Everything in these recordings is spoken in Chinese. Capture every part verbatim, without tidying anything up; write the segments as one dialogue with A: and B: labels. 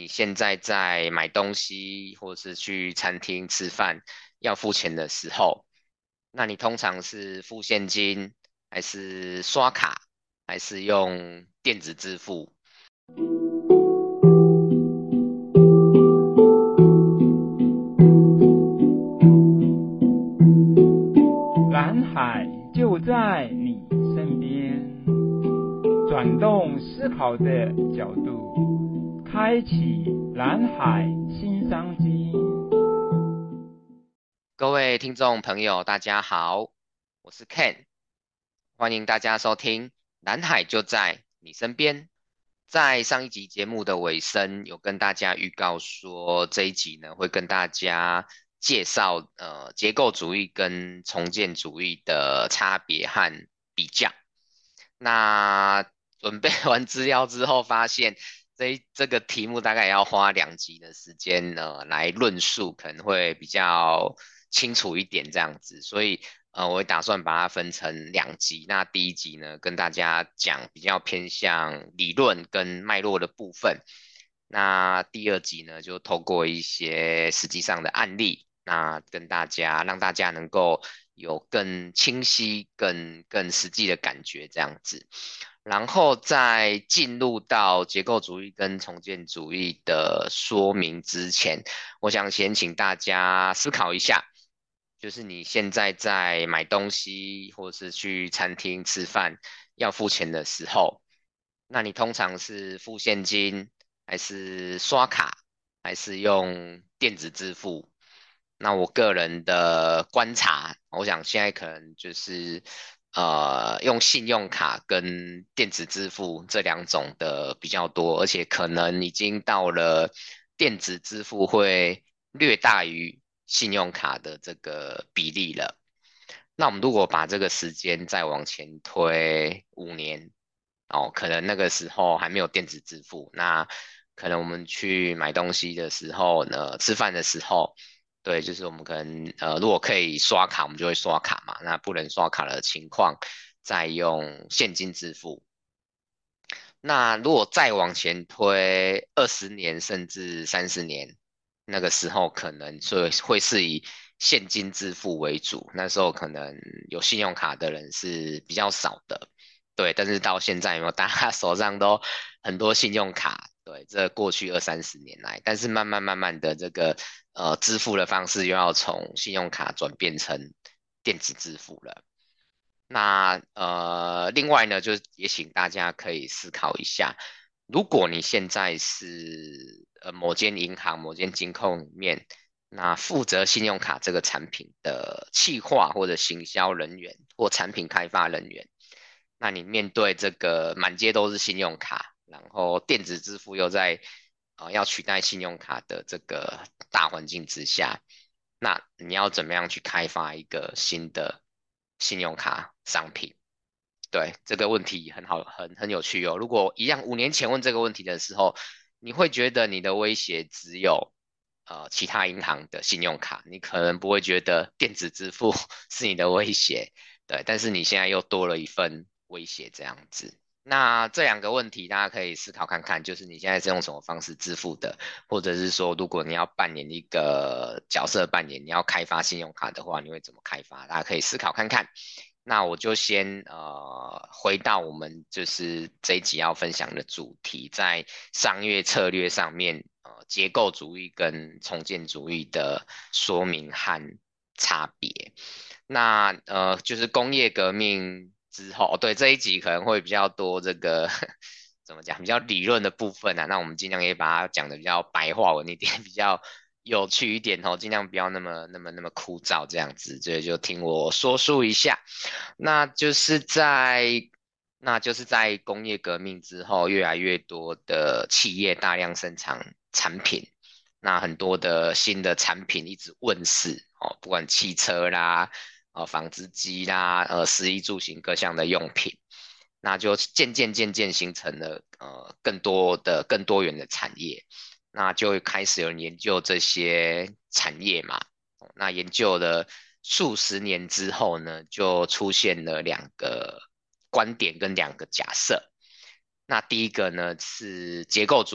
A: 你现在在买东西或是去餐厅吃饭要付钱的时候，那你通常是付现金，还是刷卡，还是用电子支付？
B: 蓝海就在你身边，转动思考的角度，开启蓝海新商机。
A: 各位听众朋友，大家好，我是 Ken，欢迎大家收听《蓝海就在你身边》。在上一集节目的尾声，有跟大家预告说，这一集呢会跟大家介绍呃结构主义跟重建主义的差别和比较。那准备完资料之后，发现这这个题目大概要花两集的时间呢来论述，可能会比较清楚一点这样子。所以呃，我会打算把它分成两集。那第一集呢，跟大家讲比较偏向理论跟脉络的部分。那第二集呢，就透过一些实际上的案例，那跟大家让大家能够有更清晰、更更实际的感觉这样子。然后在进入到结构主义跟重建主义的说明之前，我想先请大家思考一下，就是你现在在买东西或是去餐厅吃饭要付钱的时候，那你通常是付现金，还是刷卡，还是用电子支付？那我个人的观察，我想现在可能就是呃用信用卡跟电子支付这两种的比较多，而且可能已经到了电子支付会略大于信用卡的这个比例了。那我们如果把这个时间再往前推五年，哦，可能那个时候还没有电子支付，那可能我们去买东西的时候呢，吃饭的时候，对，就是我们可能呃，如果可以刷卡，我们就会刷卡嘛，那不能刷卡的情况，再用现金支付。那如果再往前推二十年甚至三十年，那个时候可能会会是以现金支付为主，那时候可能有信用卡的人是比较少的，对。但是到现在有没有大家手上都很多信用卡？对，这过去二三十年来，但是慢慢慢慢的这个呃支付的方式又要从信用卡转变成电子支付了。那呃，另外呢，就是也请大家可以思考一下，如果你现在是呃某间银行、某间金控里面，那负责信用卡这个产品的企划或者行销人员或产品开发人员，那你面对这个满街都是信用卡，然后电子支付又在呃要取代信用卡的这个大环境之下，那你要怎么样去开发一个新的信用卡商品？对，这个问题很好，很很有趣哦。如果一样五年前问这个问题的时候，你会觉得你的威胁只有呃其他银行的信用卡，你可能不会觉得电子支付是你的威胁，对。但是你现在又多了一份威胁，这样子。那这两个问题大家可以思考看看，就是你现在是用什么方式支付的，或者是说，如果你要扮演一个角色扮演，你要开发信用卡的话，你会怎么开发？大家可以思考看看。那我就先呃回到我们就是这一集要分享的主题，在商业策略上面，呃，结构主义跟重建主义的说明和差别。那呃，就是工业革命之后，对这一集可能会比较多这个怎么讲，比较理论的部分啊。那我们尽量也把它讲的比较白话文一点，比较有趣一点哦，尽量不要那么那么那么枯燥这样子。所以就听我说述一下。那就是在那就是在工业革命之后，越来越多的企业大量生产产品，那很多的新的产品一直问世哦，不管汽车啦、呃纺织机啦、呃食衣住行各项的用品，那就渐渐渐渐形成了呃更多的更多元的产业，那就开始有人研究这些产业嘛。那研究了数十年之后呢，就出现了两个观点跟两个假设。那第一个呢是结构主义，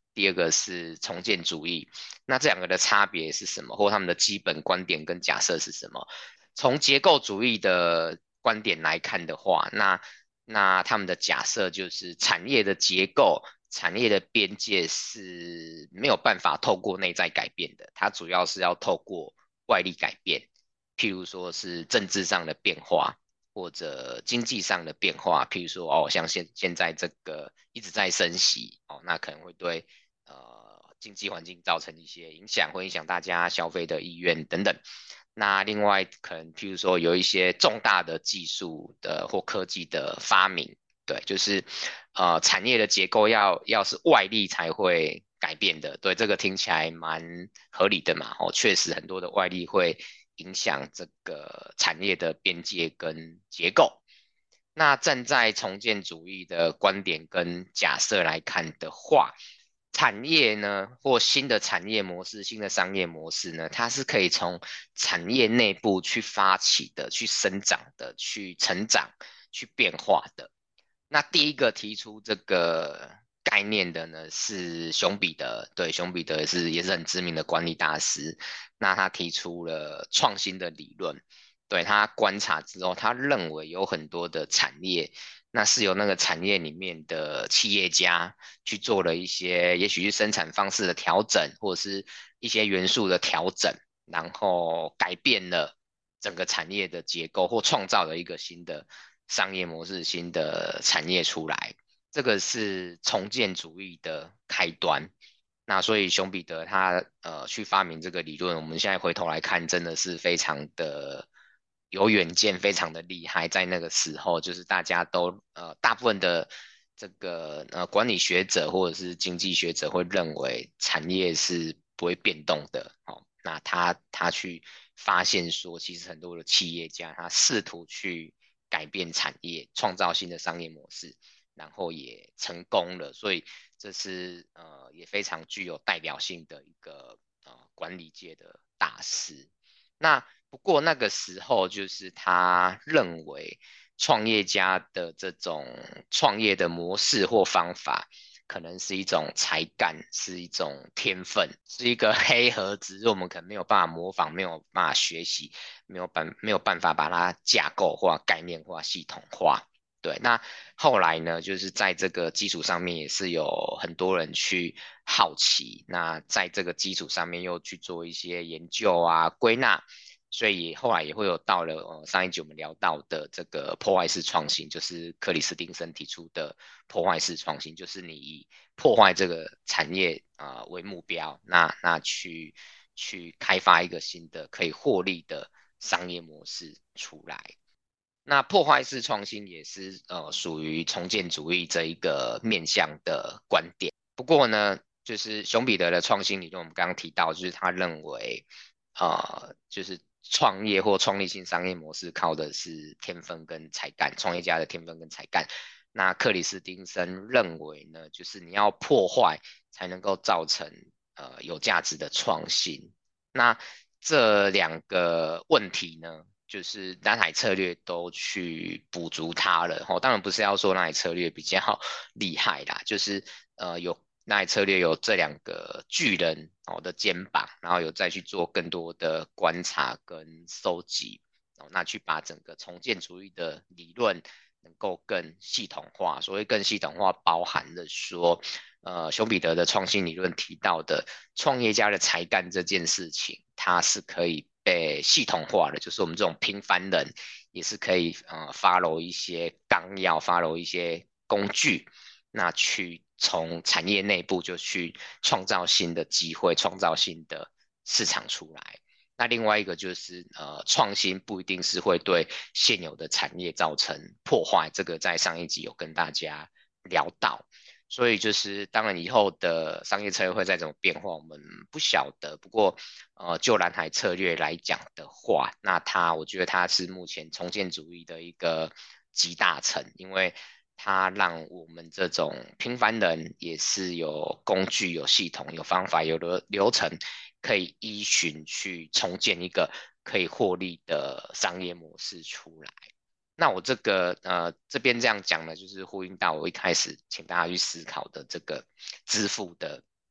A: 第二个是重建主义。那这两个的差别是什么，或他们的基本观点跟假设是什么？从结构主义的观点来看的话，那那他们的假设就是产业的结构、产业的边界是没有办法透过内在改变的，它主要是要透过外力改变，譬如说是政治上的变化，或者经济上的变化，譬如说哦，像现现在这个一直在升息哦，那可能会对呃经济环境造成一些影响，会影响大家消费的意愿等等。那另外可能譬如说有一些重大的技术的或科技的发明，对，就是呃产业的结构要要是外力才会改变的，对，这个听起来蛮合理的嘛，哦，确实很多的外力会影响这个产业的边界跟结构。那站在重建主义的观点跟假设来看的话，产业呢，或新的产业模式、新的商业模式呢，它是可以从产业内部去发起的、去生长的、去成长、去变化的。那第一个提出这个概念的呢是熊彼得，对，熊彼得是也是很知名的管理大师。那他提出了创新的理论，对，他观察之后，他认为有很多的产业，那是由那个产业里面的企业家去做了一些，也许是生产方式的调整，或者是一些元素的调整，然后改变了整个产业的结构，或创造了一个新的商业模式、新的产业出来。这个是重建主义的开端。那所以熊彼得他呃去发明这个理论，我们现在回头来看，真的是非常的有远见，非常的厉害。在那个时候，就是大家都呃大部分的这个呃管理学者或者是经济学者会认为产业是不会变动的。哦，那他他去发现说，其实很多的企业家他试图去改变产业，创造新的商业模式。然后也成功了，所以这是呃也非常具有代表性的一个呃管理界的大师。那不过那个时候就是他认为创业家的这种创业的模式或方法，可能是一种才干，是一种天分，是一个黑盒子，我们可能没有办法模仿，没有办法学习，没有办没有办法把它架构化、概念化、系统化。对，那后来呢，就是在这个基础上面也是有很多人去好奇，那在这个基础上面又去做一些研究啊、归纳，所以后来也会有到了呃上一集我们聊到的这个破坏式创新，就是克里斯汀森提出的破坏式创新，就是你以破坏这个产业啊、呃、为目标，那那去去开发一个新的可以获利的商业模式出来。那破坏式创新也是呃属于重建主义这一个面向的观点。不过呢，就是熊彼得的创新理论，我们刚刚提到，就是他认为，呃，就是创业或创立性商业模式靠的是天分跟才干，创业家的天分跟才干。那克里斯汀森认为呢，就是你要破坏才能够造成呃有价值的创新。那这两个问题呢？就是蓝海策略都去补足它了。哦，当然不是要说蓝海策略比较厉害啦，就是呃有蓝海策略有这两个巨人哦的肩膀，然后有再去做更多的观察跟收集，哦，那去把整个重建主义的理论能够更系统化。所谓更系统化，包含了说，呃，熊彼得的创新理论提到的创业家的才干这件事情，它是可以被系统化的，就是我们这种平凡人也是可以呃 follow 一些纲要，follow 一些工具，那去从产业内部就去创造新的机会，创造新的市场出来。那另外一个就是呃，创新不一定是会对现有的产业造成破坏，这个在上一集有跟大家聊到。所以就是当然以后的商业策略会再怎么变化，我们不晓得。不过呃，就蓝海策略来讲的话，那它我觉得它是目前重建主义的一个集大成，因为它让我们这种平凡人也是有工具、有系统、有方法、有的流程，可以依循去重建一个可以获利的商业模式出来。那我这个呃这边这样讲呢，就是呼应到我一开始请大家去思考的这个支付的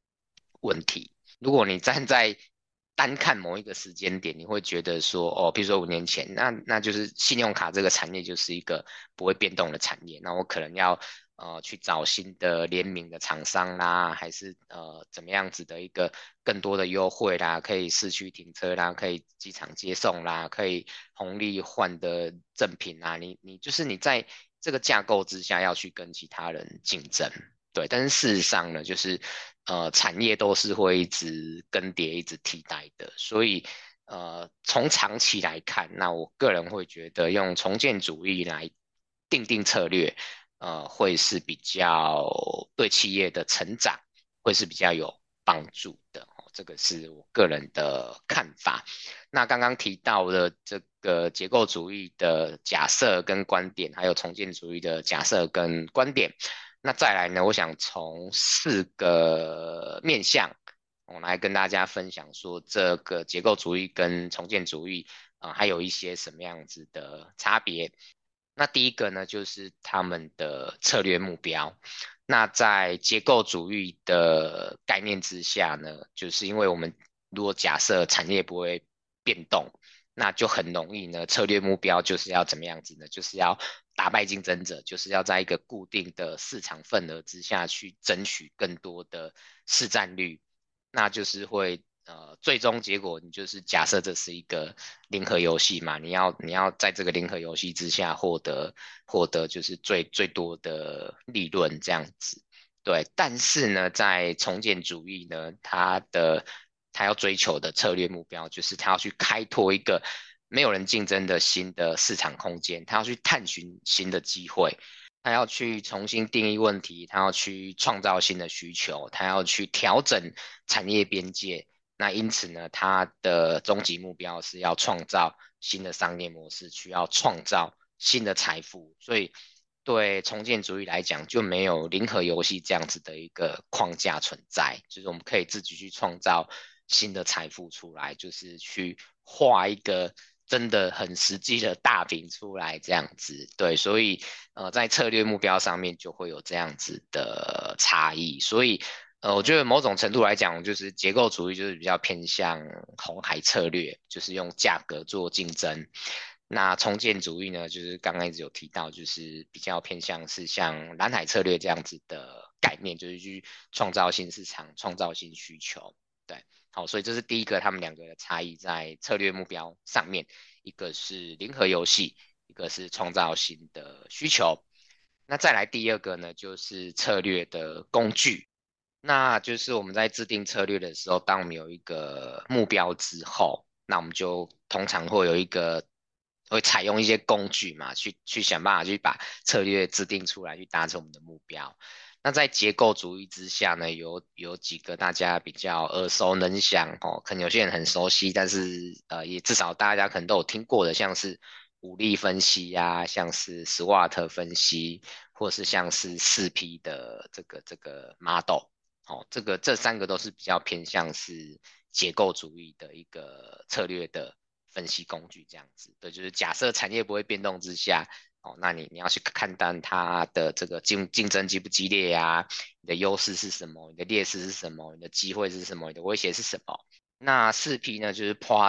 A: 问题。如果你站在单看某一个时间点，你会觉得说，哦，比如说五年前，那那就是信用卡这个产业就是一个不会变动的产业，那我可能要呃去找新的联名的厂商啦，还是呃怎么样子的一个更多的优惠啦，可以市区停车啦，可以机场接送啦，可以红利换的赠品啦，你你就是你在这个架构之下要去跟其他人竞争。对，但是事实上呢，就是呃，产业都是会一直更迭、一直替代的，所以呃，从长期来看，那我个人会觉得用重建主义来定定策略，呃，会是比较对企业的成长会是比较有帮助的。哦，这个是我个人的看法。那刚刚提到的这个结构主义的假设跟观点，还有重建主义的假设跟观点。那再来呢，我想从四个面向，我来跟大家分享说这个结构主义跟重建主义啊、呃还有一些什么样子的差别。那第一个呢，就是他们的策略目标。那在结构主义的概念之下呢，就是因为我们如果假设产业不会变动，那就很容易呢，策略目标就是要怎么样子呢？就是要打败竞争者，就是要在一个固定的市场份额之下去争取更多的市占率，那就是会呃，最终结果你就是假设这是一个零和游戏嘛，你要你要在这个零和游戏之下获得获得就是最最多的利润这样子。对，但是呢，在重建主义呢，它的它要追求的策略目标就是它要去开拓一个没有人竞争的新的市场空间，它要去探寻新的机会，他要去重新定义问题，他要去创造新的需求，他要去调整产业边界。那因此呢，他的终极目标是要创造新的商业模式，需要创造新的财富。所以，对重建主义来讲，就没有零和游戏这样子的一个框架存在，就是我们可以自己去创造新的财富出来，就是去画一个真的很实际的大饼出来，这样子。对，所以呃，在策略目标上面就会有这样子的差异。所以呃，我觉得某种程度来讲，就是结构主义就是比较偏向红海策略，就是用价格做竞争。那重建主义呢，就是刚刚一直有提到，就是比较偏向是像蓝海策略这样子的概念，就是去创造新市场、创造新需求。对，好，所以这是第一个，他们两个的差异在策略目标上面，一个是零和游戏，一个是创造新的需求。那再来第二个呢，就是策略的工具。那就是我们在制定策略的时候，当我们有一个目标之后，那我们就通常会有一个会采用一些工具嘛，去去想办法去把策略制定出来，去达成我们的目标。那在结构主义之下呢，有有几个大家比较耳熟能详哦，可能有些人很熟悉，但是呃，也至少大家可能都有听过的，像是武力分析呀、像是 SWOT 分析，或是像是四 P 的这个这个 model。哦，这个这三个都是比较偏向是结构主义的一个策略的分析工具，这样子。对，就是假设产业不会变动之下，哦，那你你要去看淡它的这个竞竞争激不激烈呀？你的优势是什么？你的劣势是什么？你的机会是什么？你的威胁是什么？那四 P 呢，就是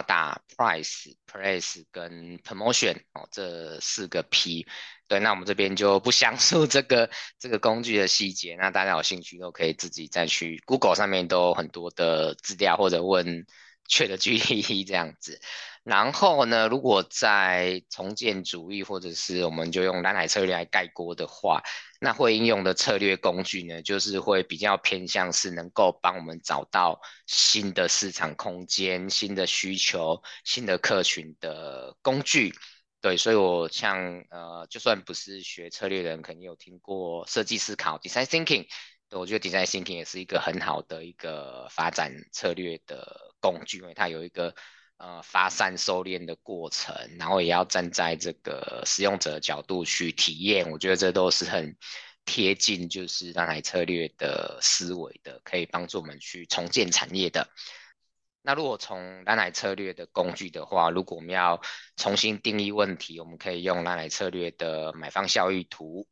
A: Prada、Price、Place 跟 Promotion 哦，这四个 P。对，那我们这边就不详述这个这个工具的细节，那大家有兴趣都可以自己再去 Google 上面都有很多的资料，或者问 ChatGPT 这样子。然后呢，如果在重建主义，或者是我们就用蓝海策略来概括的话，那会应用的策略工具呢，就是会比较偏向是能够帮我们找到新的市场空间、新的需求、新的客群的工具。对，所以我像呃，就算不是学策略的人，肯定有听过设计思考 （design thinking）。对，我觉得 design thinking 也是一个很好的一个发展策略的工具，因为它有一个呃发散收敛的过程，然后也要站在这个使用者的角度去体验。我觉得这都是很贴近就是蓝海策略的思维的，可以帮助我们去重建产业的。那如果从蓝海策略的工具的话，如果我们要重新定义问题，我们可以用蓝海策略的买方效益图。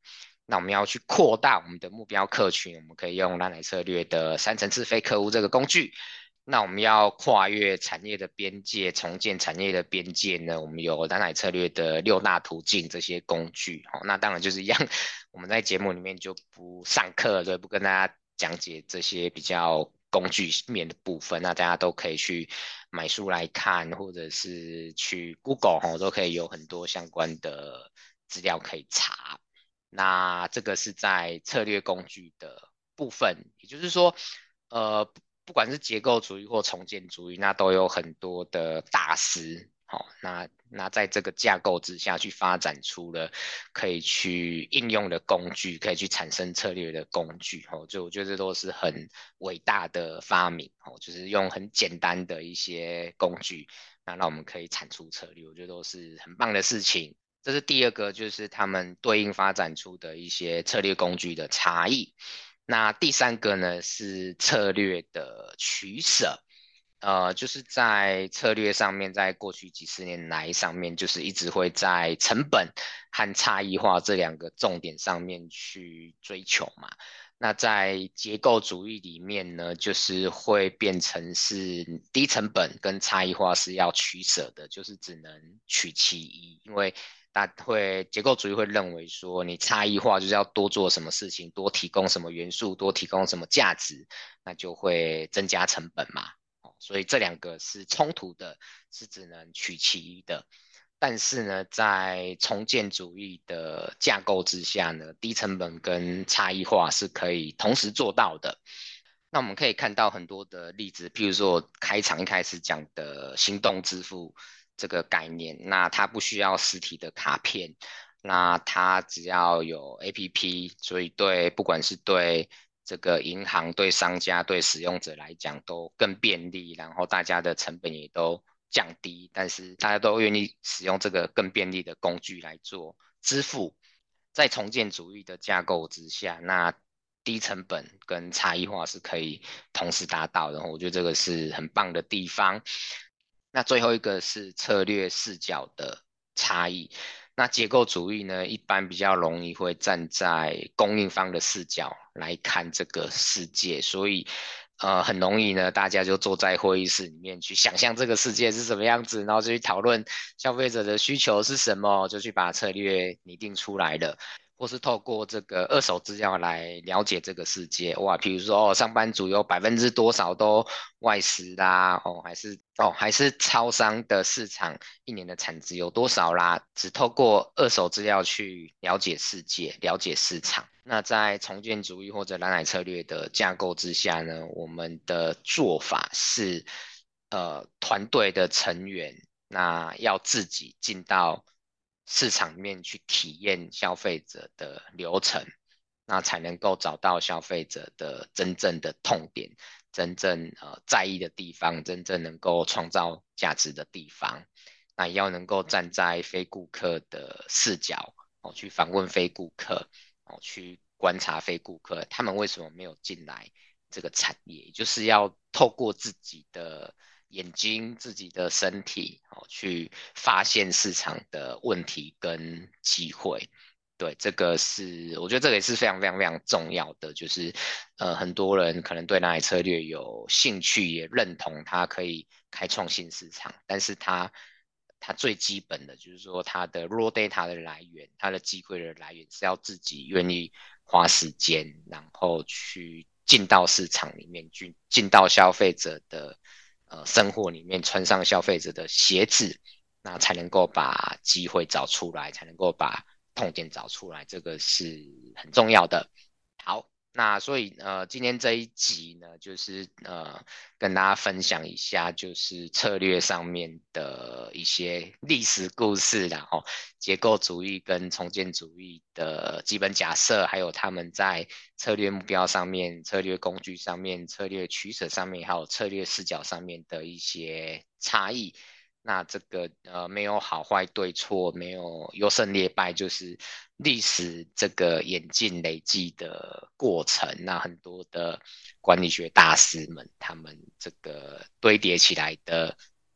A: 那我们要去扩大我们的目标客群，我们可以用蓝海策略的三层次非客户这个工具。那我们要跨越产业的边界，重建产业的边界呢？我们有蓝海策略的六大途径这些工具。好，那当然就是一样，我们在节目里面就不上课，对，不跟大家讲解这些比较工具面的部分。那大家都可以去买书来看，或者是去 Google 哈，都可以有很多相关的资料可以查。那这个是在策略工具的部分，也就是说，呃。不管是结构主义或重建主义，那都有很多的大师，好、哦，那那在这个架构之下去发展出了可以去应用的工具，可以去产生策略的工具，哦，就我觉得这都是很伟大的发明，哦，就是用很简单的一些工具，那让我们可以产出策略，我觉得都是很棒的事情。这是第二个，就是他们对应发展出的一些策略工具的差异。那第三个呢是策略的取舍，呃，就是在策略上面，在过去几十年来上面，就是一直会在成本和差异化这两个重点上面去追求嘛。那在结构主义里面呢，就是会变成是低成本跟差异化是要取舍的，就是只能取其一，因为大会结构主义会认为说，你差异化就是要多做什么事情，多提供什么元素，多提供什么价值，那就会增加成本嘛。哦，所以这两个是冲突的，是只能取其一的。但是呢，在重建主义的架构之下呢，低成本跟差异化是可以同时做到的。那我们可以看到很多的例子，譬如说开场一开始讲的行动支付这个概念，那它不需要实体的卡片，那它只要有 A P P，所以对不管是对这个银行、对商家、对使用者来讲都更便利，然后大家的成本也都降低，但是大家都愿意使用这个更便利的工具来做支付。在重建主义的架构之下，那低成本跟差异化是可以同时达到的，我觉得这个是很棒的地方。那最后一个是策略视角的差异。那结构主义呢，一般比较容易会站在供应方的视角来看这个世界，所以呃很容易呢，大家就坐在会议室里面去想象这个世界是什么样子，然后就去讨论消费者的需求是什么，就去把策略拟定出来了。或是透过这个二手资料来了解这个世界，哇，比如说哦，上班族有百分之多少都外食啦，哦，还是哦，还是超商的市场一年的产值有多少啦？只透过二手资料去了解世界，了解市场。那在重建主义或者蓝海策略的架构之下呢，我们的做法是，呃，团队的成员那要自己进到市场里面去体验消费者的流程，那才能够找到消费者的真正的痛点，真正呃在意的地方，真正能够创造价值的地方。那也要能够站在非顾客的视角，哦，去访问非顾客，哦，去观察非顾客，他们为什么没有进来这个产业，就是要透过自己的眼睛、自己的身体，哦，去发现市场的问题跟机会。对，这个是我觉得这个也是非常非常非常重要的，就是呃很多人可能对蓝海策略有兴趣，也认同它可以开创新市场，但是它它最基本的就是说它的 raw data 的来源，它的机会的来源是要自己愿意花时间，然后去进到市场里面去，进到消费者的呃生活里面，穿上消费者的鞋子，那才能够把机会找出来，才能够把痛点找出来，这个是很重要的。好，那所以呃，今天这一集呢，就是呃，跟大家分享一下，就是策略上面的一些历史故事，然后结构主义跟重建主义的基本假设，还有他们在策略目标上面、策略工具上面、策略取舍上面，还有策略视角上面的一些差异。那这个呃没有好坏对错，没有优胜劣败，就是历史这个演进累积的过程。那很多的管理学大师们，他们这个堆叠起来的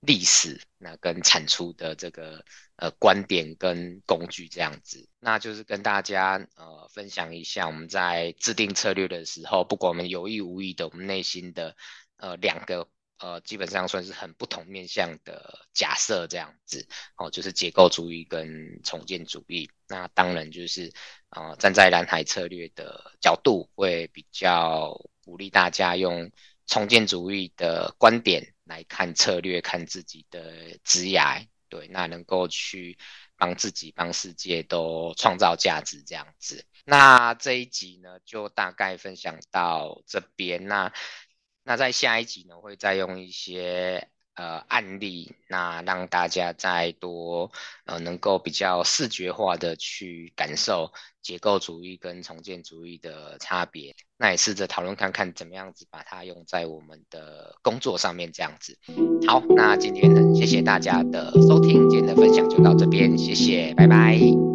A: 历史，那跟产出的这个呃观点跟工具这样子。那就是跟大家呃分享一下，我们在制定策略的时候，不管我们有意无意的，我们内心的呃两个呃基本上算是很不同面向的假设这样子。哦，就是结构主义跟重建主义。那当然就是呃站在蓝海策略的角度，会比较鼓励大家用重建主义的观点来看策略，看自己的职涯，对，那能够去帮自己、帮世界都创造价值这样子。那这一集呢，就大概分享到这边。那那在下一集呢，会再用一些呃案例，那让大家再多呃能够比较视觉化的去感受结构主义跟重建主义的差别。那也试着讨论看看怎么样子把它用在我们的工作上面这样子。好，那今天很谢谢大家的收听，今天的分享就到这边，谢谢，拜拜。